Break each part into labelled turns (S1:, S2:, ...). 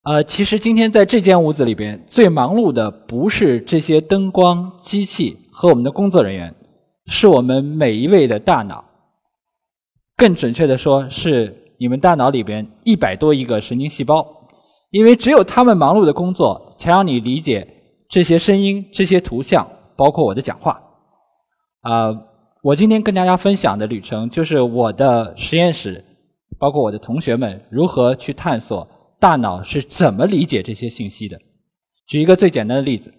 S1: 其实今天在这间屋子里边最忙碌的不是这些灯光、机器和我们的工作人员，是我们每一位的大脑。更准确的说，是你们大脑里边100多亿个神经细胞。因为只有他们忙碌的工作，才让你理解这些声音、这些图像，包括我的讲话。我今天跟大家分享的旅程，就是我的实验室，包括我的同学们如何去探索大脑是怎么理解这些信息的。举一个最简单的例子，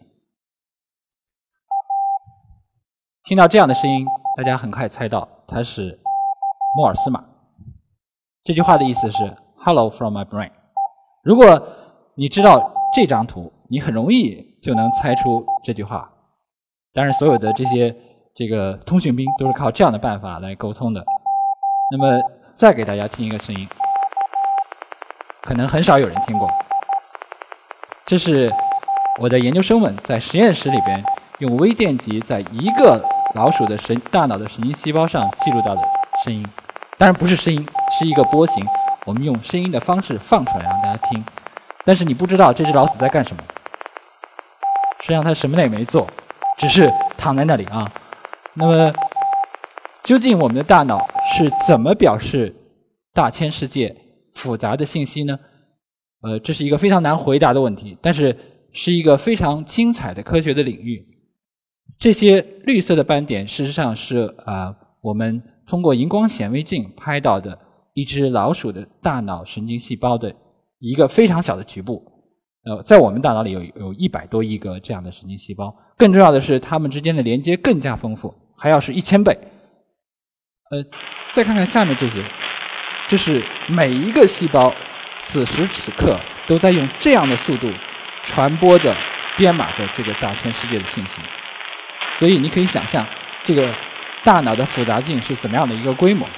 S1: 听到这样的声音，大家很快猜到它是莫尔斯码。这句话的意思是 "Hello from my brain"。如果你知道这张图，你很容易就能猜出这句话。当然，所有的这个通讯兵都是靠这样的办法来沟通的。那么，再给大家听一个声音，可能很少有人听过。这是我的研究生们在实验室里边用微电极在一个老鼠的大脑的神经细胞上记录到的声音。当然不是声音，是一个波形。我们用声音的方式放出来让大家听，但是你不知道这只老鼠在干什么。实际上它什么也没做，只是躺在那里啊。那么，究竟我们的大脑是怎么表示大千世界复杂的信息呢？这是一个非常难回答的问题，但是是一个非常精彩的科学的领域。这些绿色的斑点，事实上是我们通过荧光显微镜拍到的一只老鼠的大脑神经细胞的一个非常小的局部。在我们大脑里有100多亿个这样的神经细胞。更重要的是，它们之间的连接更加丰富，还要是1000倍。再看看下面这些，这是每一个细胞此时此刻都在用这样的速度传播着、编码着这个大千世界的信息。所以你可以想象，这个大脑的复杂性是怎么样的一个规模。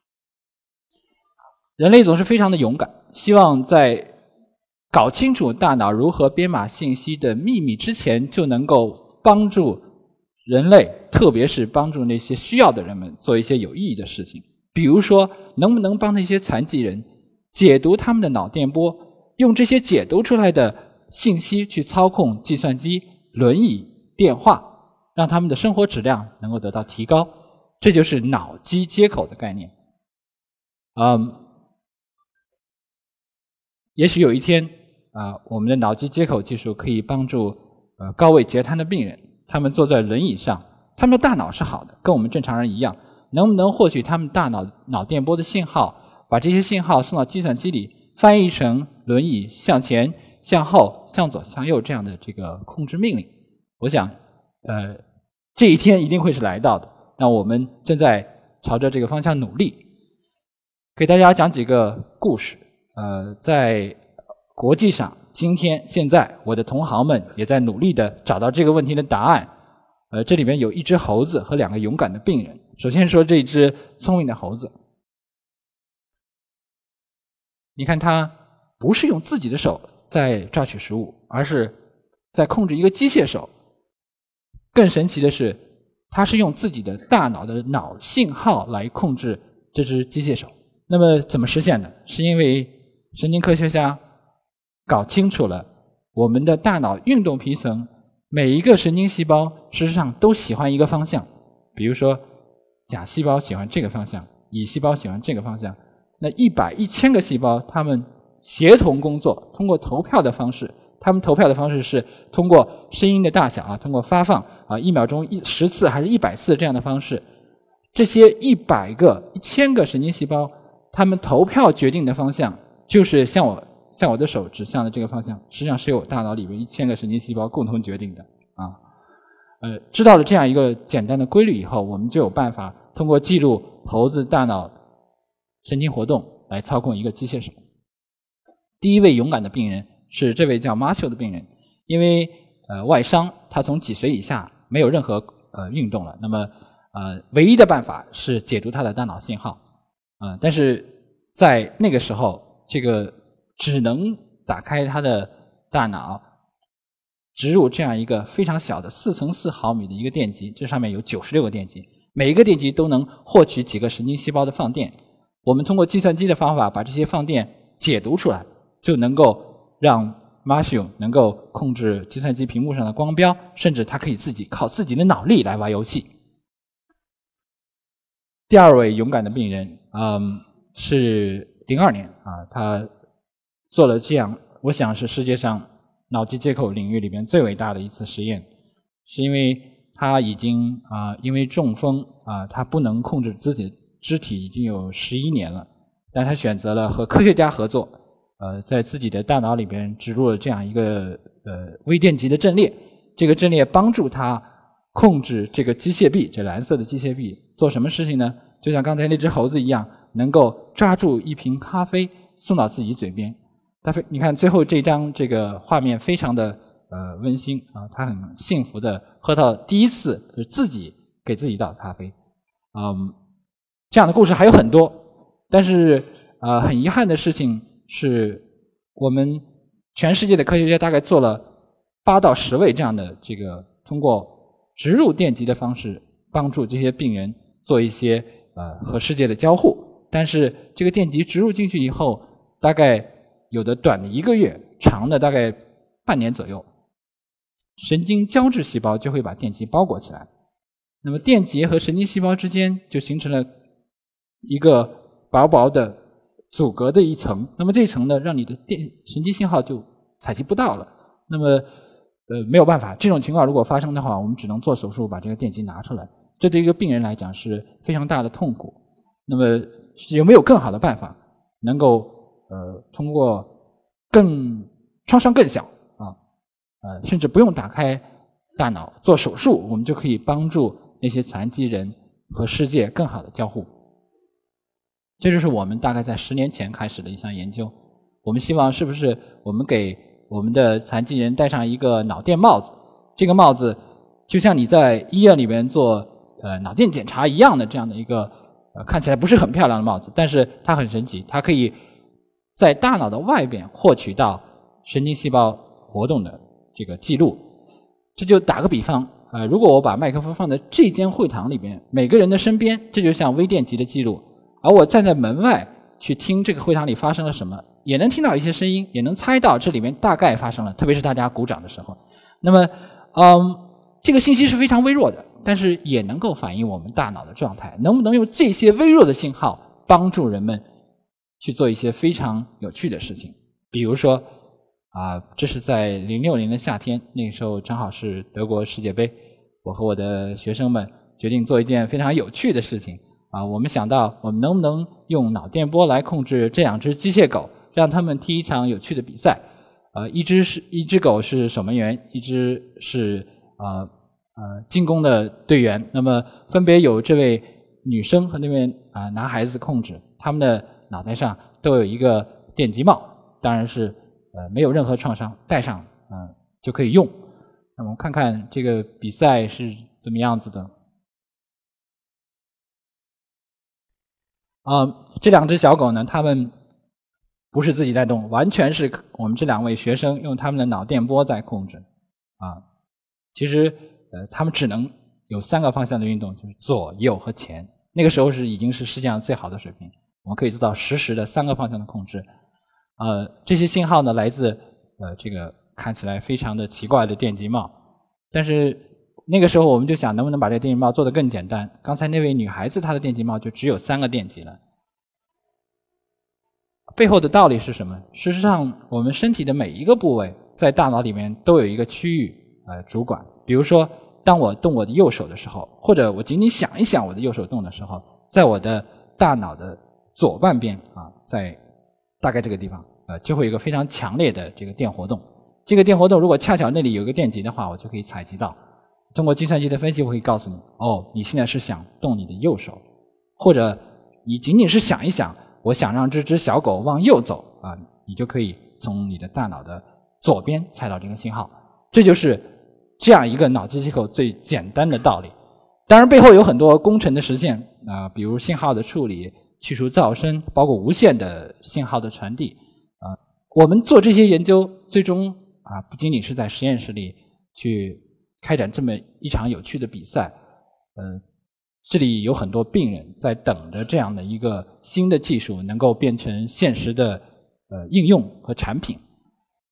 S1: 人类总是非常的勇敢，希望在搞清楚大脑如何编码信息的秘密之前，就能够帮助人类，特别是帮助那些需要的人们做一些有意义的事情。比如说，能不能帮那些残疾人解读他们的脑电波，用这些解读出来的信息去操控计算机、轮椅、电话，让他们的生活质量能够得到提高。这就是脑机接口的概念。也许有一天我们的脑机接口技术可以帮助高位截瘫的病人，他们坐在轮椅上，他们的大脑是好的，跟我们正常人一样，能不能获取他们大脑电波的信号，把这些信号送到计算机里，翻译成轮椅向前、向后、向左、向右这样的这个控制命令？我想这一天一定会是来到的。那我们正在朝着这个方向努力。给大家讲几个故事。在国际上，现在我的同行们也在努力地找到这个问题的答案。这里面有一只猴子和2个勇敢的病人。首先说这只聪明的猴子，你看它不是用自己的手在抓取食物，而是在控制一个机械手。更神奇的是，它是用自己的大脑的脑信号来控制这只机械手。那么怎么实现的？是因为神经科学家搞清楚了我们的大脑运动皮层每一个神经细胞事实上都喜欢一个方向。比如说甲细胞喜欢这个方向，乙细胞喜欢这个方向。那1000个细胞它们协同工作，通过投票的方式。他们投票的方式是通过声音的大小通过发放1秒钟10次还是100次这样的方式。这些1000个神经细胞，他们投票决定的方向就是向我的手指向的这个方向，实际上是由我大脑里面1000个神经细胞共同决定的知道了这样一个简单的规律以后，我们就有办法通过记录猴子大脑神经活动来操控一个机械手。第一位勇敢的病人是这位叫马修的病人，因为外伤，他从几岁以下没有任何运动了。那么唯一的办法是解读他的大脑信号但是在那个时候，这个只能打开他的大脑，植入这样一个非常小的4×4毫米的一个电极，这上面有96个电极，每一个电极都能获取几个神经细胞的放电。我们通过计算机的方法把这些放电解读出来，就能够让 Marshall 能够控制计算机屏幕上的光标，甚至他可以靠自己的脑力来玩游戏。第二位勇敢的病人，是02年啊，他做了这样，我想是世界上脑机接口领域里边最伟大的一次实验，是因为他已经因为中风他不能控制自己的肢体已经有11年了，但他选择了和科学家合作，在自己的大脑里边植入了这样一个微电极的阵列，这个阵列帮助他控制这个机械臂，这蓝色的机械臂做什么事情呢？就像刚才那只猴子一样，能够抓住一瓶咖啡送到自己嘴边。你看最后这张这个画面非常的温馨他很幸福的喝到第一次就是自己给自己倒咖啡。这样的故事还有很多，但是很遗憾的事情是，我们全世界的科学家大概做了8到10位这样的这个通过植入电极的方式帮助这些病人做一些和世界的交互，但是这个电极植入进去以后，大概有的短的1个月，长的大概半年左右，神经胶质细胞就会把电极包裹起来，那么电极和神经细胞之间就形成了一个薄薄的阻隔的一层，那么这一层呢，让你的神经信号就采集不到了。那么没有办法，这种情况如果发生的话，我们只能做手术把这个电极拿出来，这对一个病人来讲是非常大的痛苦。那么有没有更好的办法能够通过创伤更小甚至不用打开大脑做手术，我们就可以帮助那些残疾人和世界更好的交互。这就是我们大概在10年前开始的一项研究。我们希望是不是我们给我们的残疾人戴上一个脑电帽子，这个帽子就像你在医院里面做脑电检查一样的这样的一个看起来不是很漂亮的帽子，但是它很神奇，它可以在大脑的外边获取到神经细胞活动的这个记录。这就打个比方如果我把麦克风放在这间会堂里边，每个人的身边，这就像微电极的记录，而我站在门外去听这个会堂里发生了什么，也能听到一些声音，也能猜到这里面大概发生了，特别是大家鼓掌的时候。那么这个信息是非常微弱的，但是也能够反映我们大脑的状态。能不能用这些微弱的信号帮助人们去做一些非常有趣的事情？比如说这是在06年的夏天，那个时候正好是德国世界杯，我和我的学生们决定做一件非常有趣的事情我们想到我们能不能用脑电波来控制这2只机械狗，让他们踢一场有趣的比赛。一只狗是守门员，一只是进攻的队员，那么分别有这位女生和那位男孩子控制，他们的脑袋上都有一个电极帽，当然是没有任何创伤，戴上就可以用。那我们看看这个比赛是怎么样子的。这2只小狗呢，它们不是自己在动，完全是我们这2位学生用他们的脑电波在控制其实他们只能有3个方向的运动，就是左右和前。那个时候已经是世界上最好的水平，我们可以做到实时的3个方向的控制。这些信号呢来自这个看起来非常的奇怪的电极帽，但是那个时候我们就想能不能把这个电极帽做得更简单。刚才那位女孩子她的电极帽就只有3个电极了。背后的道理是什么？事实上我们身体的每一个部位在大脑里面都有一个区域主管。比如说当我动我的右手的时候，或者我仅仅想一想我的右手动的时候，在我的大脑的左半边在大概这个地方就会有一个非常强烈的这个电活动。这个电活动如果恰巧那里有一个电极的话，我就可以采集到。通过计算机的分析，我可以告诉你你现在是想动你的右手，或者你仅仅是想一想我想让这只小狗往右走你就可以从你的大脑的左边猜到这个信号。这就是这样一个脑机接口最简单的道理。当然背后有很多工程的实现比如信号的处理、去除噪声，包括无线的信号的传递我们做这些研究最终不仅仅是在实验室里去开展这么一场有趣的比赛这里有很多病人在等着这样的一个新的技术能够变成现实的应用和产品。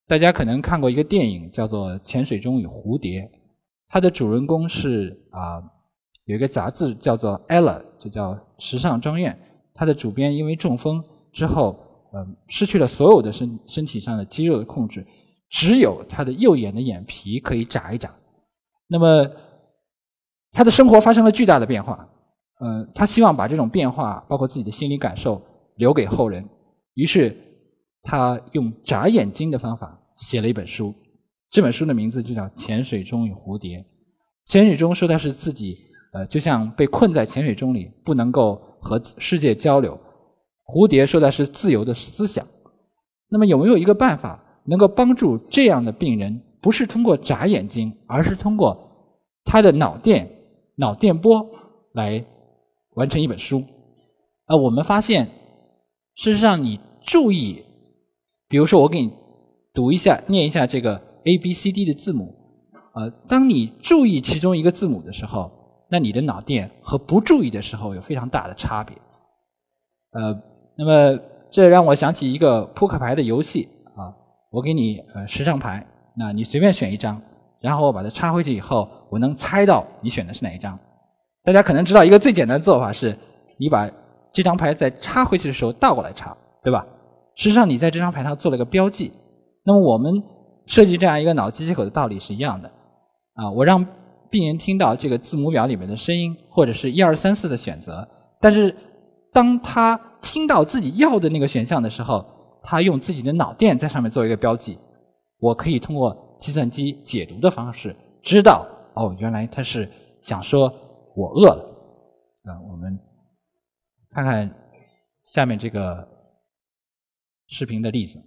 S1: 大家可能看过一个电影叫做《潜水钟与蝴蝶》，它的主人公是有一个杂志叫做 Ella， 就叫时尚专院，它的主编因为中风之后失去了所有的身体上的肌肉的控制，只有他的右眼的眼皮可以眨一眨。那么他的生活发生了巨大的变化，他希望把这种变化包括自己的心理感受留给后人，于是他用眨眼睛的方法写了一本书，这本书的名字就叫《潜水钟与蝴蝶》。潜水钟说的是自己就像被困在潜水钟里，不能够和世界交流，蝴蝶说的是自由的思想。那么有没有一个办法能够帮助这样的病人，不是通过眨眼睛，而是通过他的脑电波来完成一本书？我们发现事实上你注意，比如说我给你念一下这个 ABCD 的字母，当你注意其中一个字母的时候，那你的脑电和不注意的时候有非常大的差别。那么这让我想起一个扑克牌的游戏我给你10张牌，那你随便选一张，然后我把它插回去以后，我能猜到你选的是哪一张。大家可能知道一个最简单的做法是，你把这张牌在插回去的时候倒过来插，对吧？事实上你在这张牌上做了个标记。那么我们设计这样一个脑机接口的道理是一样的我让病人听到这个字母表里面的声音，或者是1、2、3、4的选择，但是当他听到自己要的那个选项的时候，他用自己的脑电在上面做一个标记，我可以通过计算机解读的方式知道原来他是想说我饿了。我们看看下面这个视频的例子。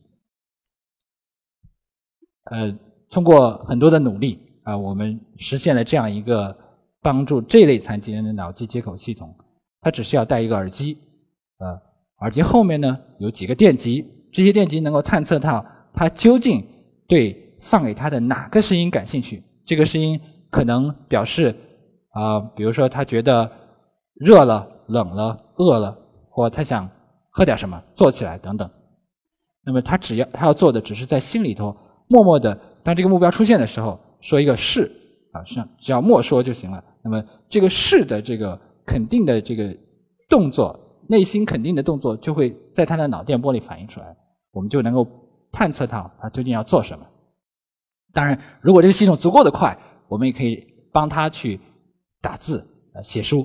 S1: 通过很多的努力我们实现了这样一个帮助这类残疾人的脑机接口系统。它只需要戴一个耳机，耳机后面呢有几个电极，这些电极能够探测到他究竟对放给他的哪个声音感兴趣。这个声音可能表示比如说他觉得热了、冷了、饿了，或他想喝点什么、坐起来等等。那么他要做的只是在心里头默默的，当这个目标出现的时候说一个是只要默说就行了。那么这个是的这个肯定的这个动作，内心肯定的动作就会在他的脑电波里反映出来，我们就能够探测到他究竟要做什么。当然如果这个系统足够的快，我们也可以帮他去打字写书。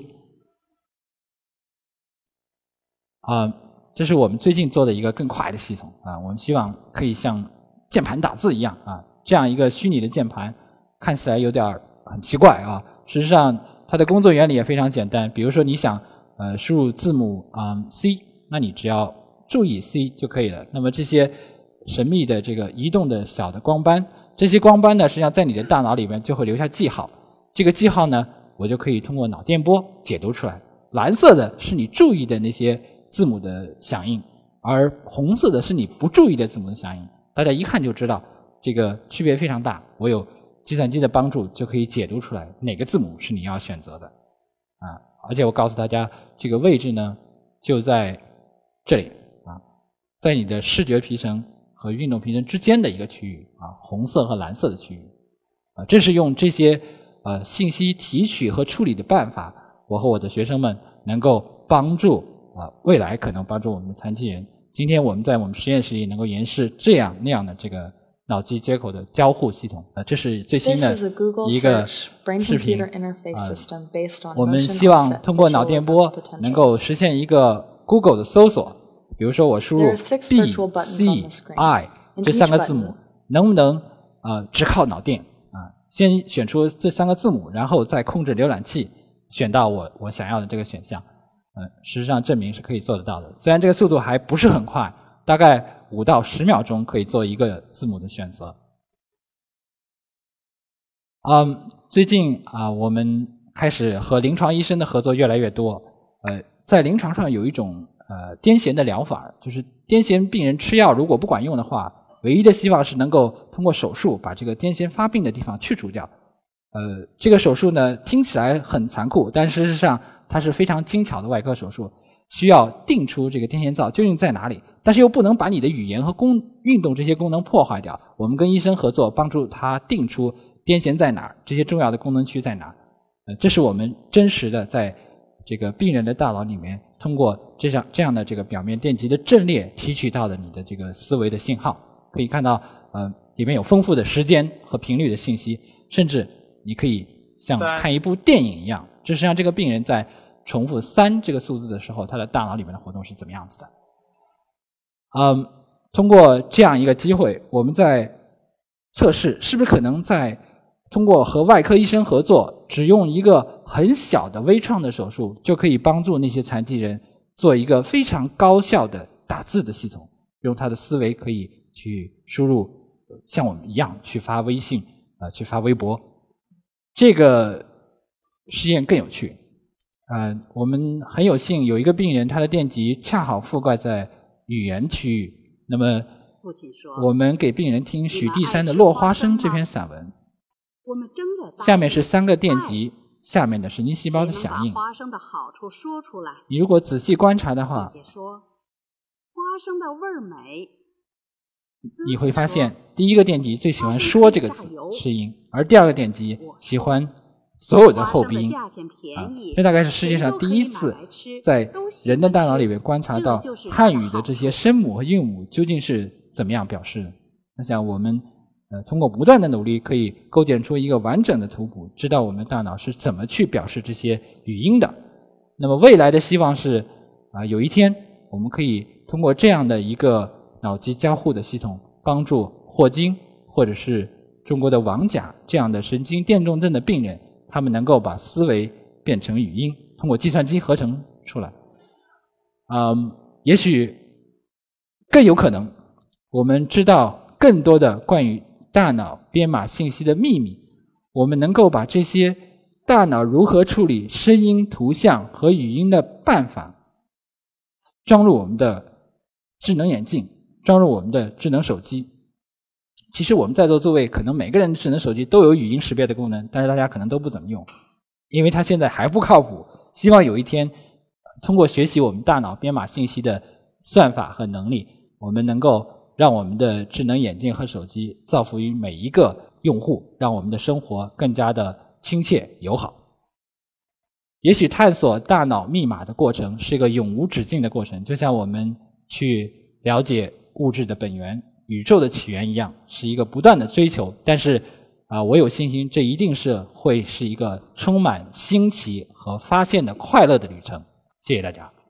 S1: 这是我们最近做的一个更快的系统我们希望可以像键盘打字一样这样一个虚拟的键盘看起来有点很奇怪事实上它的工作原理也非常简单。比如说你想输入字母C， 那你只要注意 C 就可以了。那么这些神秘的这个移动的小的光斑，这些光斑呢实际上在你的大脑里面就会留下记号，这个记号呢我就可以通过脑电波解读出来。蓝色的是你注意的那些字母的响应，而红色的是你不注意的字母的响应。大家一看就知道这个区别非常大，我有计算机的帮助就可以解读出来哪个字母是你要选择的而且我告诉大家这个位置呢就在这里在你的视觉皮层和运动皮层之间的一个区域红色和蓝色的区域这是用这些信息提取和处理的办法，我和我的学生们能够帮助未来可能帮助我们的残疾人。今天我们在我们实验室里能够演示这样那样的这个脑机接口的交互系统这是最新的一个视频我们希望通过脑电波能够实现一个 Google 的搜索，比如说我输入 B、C、I 这3个字母，能不能只靠脑电先选出这3个字母，然后再控制浏览器选到我想要的这个选项事实上证明是可以做得到的。虽然这个速度还不是很快，大概5到10秒钟可以做一个字母的选择。最近我们开始和临床医生的合作越来越多。在临床上有一种癫痫的疗法，就是癫痫病人吃药如果不管用的话，唯一的希望是能够通过手术把这个癫痫发病的地方去除掉。这个手术呢听起来很残酷，但事实上它是非常精巧的外科手术，需要定出这个癫痫灶究竟在哪里， 但是又不能把你的语言和运动这些功能破坏掉。我们跟医生合作，帮助他定出癫痫在哪儿，这些重要的功能区在哪儿。这是我们真实的在这个病人的大脑里面，通过这样的这个表面电极的阵列提取到的你的这个思维的信号。可以看到里面有丰富的时间和频率的信息，甚至你可以像看一部电影一样，这实际上这个病人在重复3这个数字的时候，他的大脑里面的活动是怎么样子的。通过这样一个机会，我们在测试是不是可能通过和外科医生合作，只用一个很小的微创的手术，就可以帮助那些残疾人做一个非常高效的打字的系统，用他的思维可以去输入，像我们一样去发微信去发微博。这个实验更有趣。我们很有幸有一个病人，他的电极恰好覆盖在语言区域。那么我们给病人听许地山的《落花生》这篇散文，下面是3个电极，下面的神经细胞的响应。
S2: 花生的好处说出来。
S1: 你如果仔细观察的话，
S2: 姐姐说花生的味儿美，
S1: 你会发现第一个电极最喜欢说这个字音，而第2个电极喜欢所有的后鼻音。这大概是世界上第一次在人的大脑里面观察到汉语的这些声母和韵母究竟是怎么样表示的。那想我们通过不断的努力，可以构建出一个完整的图谱，知道我们大脑是怎么去表示这些语音的。那么未来的希望是有一天我们可以通过这样的一个脑机交互的系统，帮助霍金或者是中国的王甲这样的神经电重症的病人，他们能够把思维变成语音，通过计算机合成出来。也许更有可能我们知道更多的关于大脑编码信息的秘密，我们能够把这些大脑如何处理声音、图像和语音的办法装入我们的智能眼镜，装入我们的智能手机。其实我们在座诸位可能每个人的智能手机都有语音识别的功能，但是大家可能都不怎么用，因为它现在还不靠谱。希望有一天通过学习我们大脑编码信息的算法和能力，我们能够让我们的智能眼镜和手机造福于每一个用户，让我们的生活更加的亲切友好。也许探索大脑密码的过程是一个永无止境的过程，就像我们去了解物质的本源、宇宙的起源一样，是一个不断的追求。但是我有信心，这一定会是一个充满新奇和发现的快乐的旅程。谢谢大家。